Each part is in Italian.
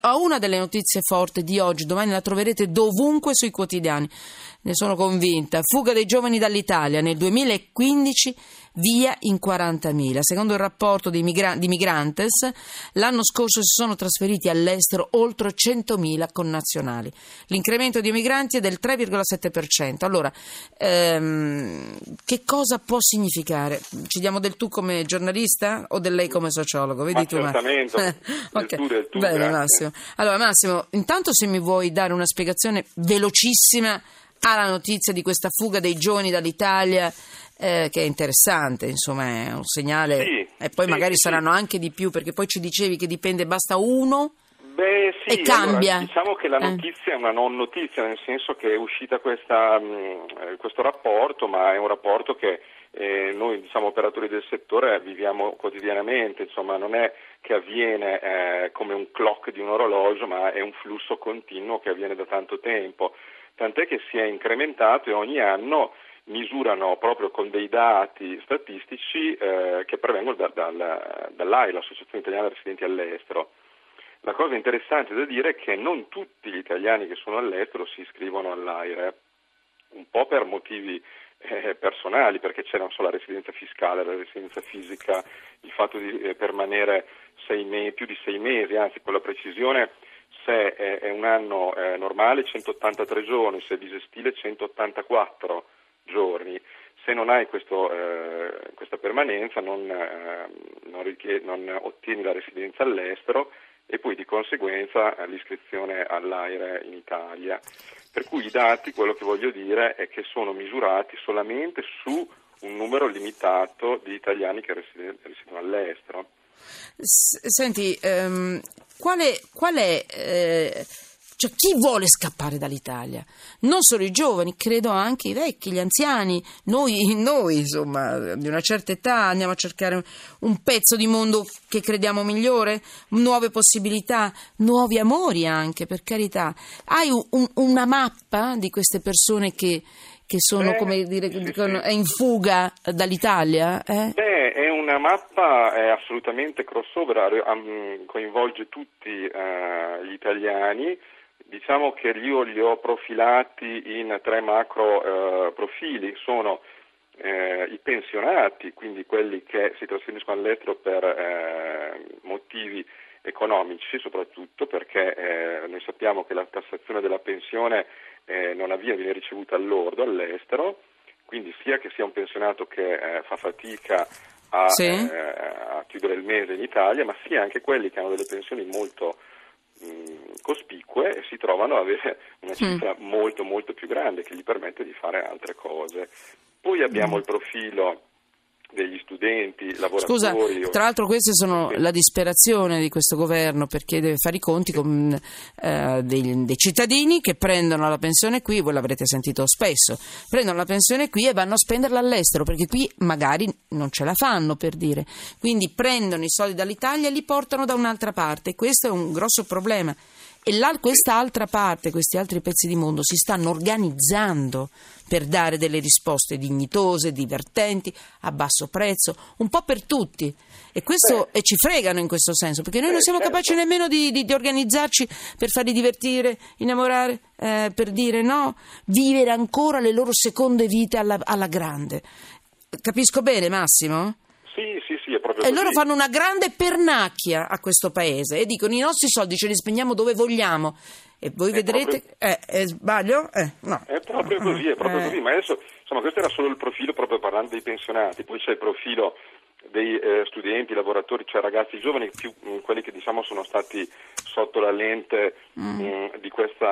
a una delle notizie forti di oggi, domani la troverete dovunque sui quotidiani, ne sono convinta. Fuga dei giovani dall'Italia nel 2015, via in 40.000. Secondo il rapporto di Migrantes, l'anno scorso si sono trasferiti all'estero oltre 100.000 connazionali. L'incremento di migranti è del 3,7%. Allora, che cosa può significare? Ci diamo del tu come giornalista o del lei come sociologo? Vedi tu, certamente, okay. del tu, bene, grazie. Massimo. Allora, Massimo, intanto se mi vuoi dare una spiegazione velocissima alla notizia di questa fuga dei giovani dall'Italia, che è interessante, insomma, è un segnale, Sì, e poi sì, magari sì, saranno anche di più, perché poi ci dicevi che dipende, basta uno. Beh, sì, e cambia. Allora, diciamo che la notizia è una non notizia, nel senso che è uscita questo rapporto, ma è un rapporto che noi, diciamo, operatori del settore viviamo quotidianamente, insomma, non è che avviene come un clock di un orologio, ma è un flusso continuo che avviene da tanto tempo, tant'è che si è incrementato e ogni anno misurano proprio con dei dati statistici che provengono dall'AIRE, l'Associazione Italiana Residenti All'Estero. La cosa interessante da dire è che non tutti gli italiani che sono all'estero si iscrivono all'AIRE, un po' per motivi personali, perché c'è non solo la residenza fiscale, la residenza fisica, il fatto di permanere più di 6 mesi, anzi con la precisione, se è un anno normale 183 giorni, se è bisestile 184 giorni. Se non hai questa permanenza non ottieni la residenza all'estero e poi di conseguenza l'iscrizione all'AIRE in Italia. Per cui i dati, quello che voglio dire è che sono misurati solamente su un numero limitato di italiani che risiedono all'estero. Senti, qual è cioè chi vuole scappare dall'Italia? Non solo i giovani, credo anche i vecchi, gli anziani, noi insomma di una certa età andiamo a cercare un pezzo di mondo che crediamo migliore, nuove possibilità, nuovi amori anche, per carità. Hai una mappa di queste persone che sono, come dire, dicono, in fuga dall'Italia? Beh, è una mappa assolutamente crossover, coinvolge tutti gli italiani. Diciamo che io li ho profilati in 3 macro profili. Sono i pensionati, quindi quelli che si trasferiscono all'estero per motivi economici, soprattutto perché noi sappiamo che la tassazione della pensione non viene ricevuta all'ordo all'estero, quindi sia che sia un pensionato che fa fatica a chiudere il mese in Italia, ma sia anche quelli che hanno delle pensioni molto cospicue e si trovano ad avere una cifra molto molto più grande che gli permette di fare altre cose. Poi abbiamo il profilo degli studenti, lavoratori. Scusa, tra l'altro queste sono la disperazione di questo governo, perché deve fare i conti con dei cittadini che prendono la pensione qui, voi l'avrete sentito spesso, prendono la pensione qui e vanno a spenderla all'estero, perché qui magari non ce la fanno, per dire. Quindi prendono i soldi dall'Italia e li portano da un'altra parte, e questo è un grosso problema. E questa altra parte, questi altri pezzi di mondo si stanno organizzando per dare delle risposte dignitose, divertenti, a basso prezzo, un po' per tutti. E questo e ci fregano in questo senso, perché noi non siamo capaci nemmeno di organizzarci per farli divertire, innamorare, per dire no, vivere ancora le loro seconde vite alla grande. Capisco bene, Massimo? Sì, è proprio così. E così. loro fanno una grande pernacchia a questo paese e dicono: i nostri soldi ce li spendiamo dove vogliamo. E voi vedrete. Sbaglio? No. È proprio così. Ma adesso, insomma, questo era solo il profilo, proprio parlando dei pensionati. Poi c'è il profilo dei studenti, lavoratori, cioè ragazzi giovani, più quelli che diciamo sono stati sotto la lente di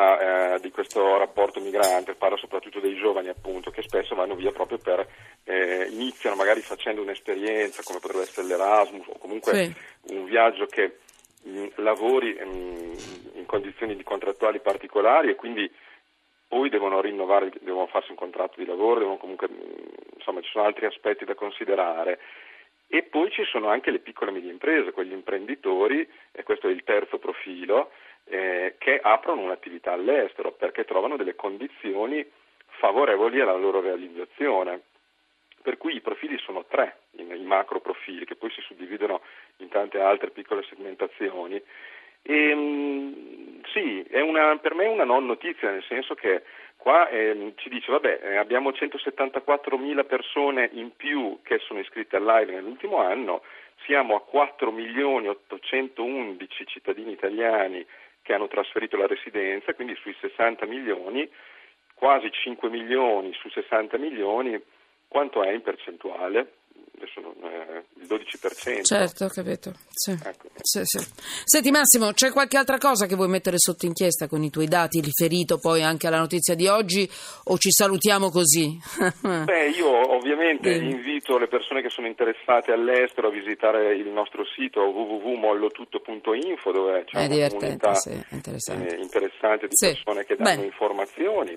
questo rapporto migrante. Parlo soprattutto dei giovani, appunto, che spesso vanno via proprio per iniziano magari facendo un'esperienza come potrebbe essere l'Erasmus o comunque un viaggio che lavori in condizioni di contrattuali particolari, e quindi poi devono rinnovare, devono farsi un contratto di lavoro, devono comunque, insomma, ci sono altri aspetti da considerare. E poi ci sono anche le piccole e medie imprese, quegli imprenditori, e questo è il terzo profilo, che aprono un'attività all'estero perché trovano delle condizioni favorevoli alla loro realizzazione. Per cui i profili sono 3, i macro profili, che poi si suddividono in tante altre piccole segmentazioni, Sì, per me è una non notizia, nel senso che qua ci dice, abbiamo 174.000 persone in più che sono iscritte all'AIRE nell'ultimo anno, siamo a 4.811.000 cittadini italiani che hanno trasferito la residenza, quindi sui 60 milioni, quasi 5 milioni su 60 milioni, quanto è in percentuale? Adesso il 12%. Certo, ho capito. Sì. Ecco. Sì. Senti Massimo, c'è qualche altra cosa che vuoi mettere sotto inchiesta con i tuoi dati, riferito poi anche alla notizia di oggi, o ci salutiamo così? Io ovviamente invito le persone che sono interessate all'estero a visitare il nostro sito www.mollotutto.info, dove c'è una comunità interessante di persone che danno informazioni.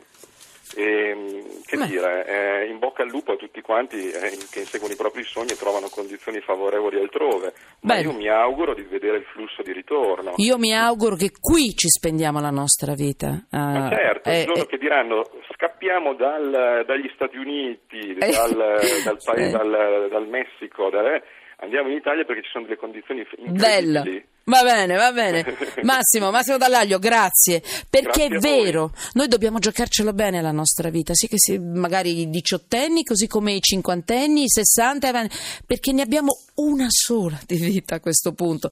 In bocca al lupo a tutti quanti che inseguono i propri sogni e trovano condizioni favorevoli altrove. Ma io mi auguro di vedere il flusso di ritorno. Io mi auguro che qui ci spendiamo la nostra vita. Ma certo, il giorno che diranno scappiamo dagli Stati Uniti, dal Messico, andiamo in Italia perché ci sono delle condizioni incredibili. Bello. Va bene. Massimo Dallaglio, grazie. Perché grazie è vero, noi dobbiamo giocarcela bene la nostra vita, sì che magari i diciottenni, così come i cinquantenni, i 60, perché ne abbiamo una sola di vita a questo punto.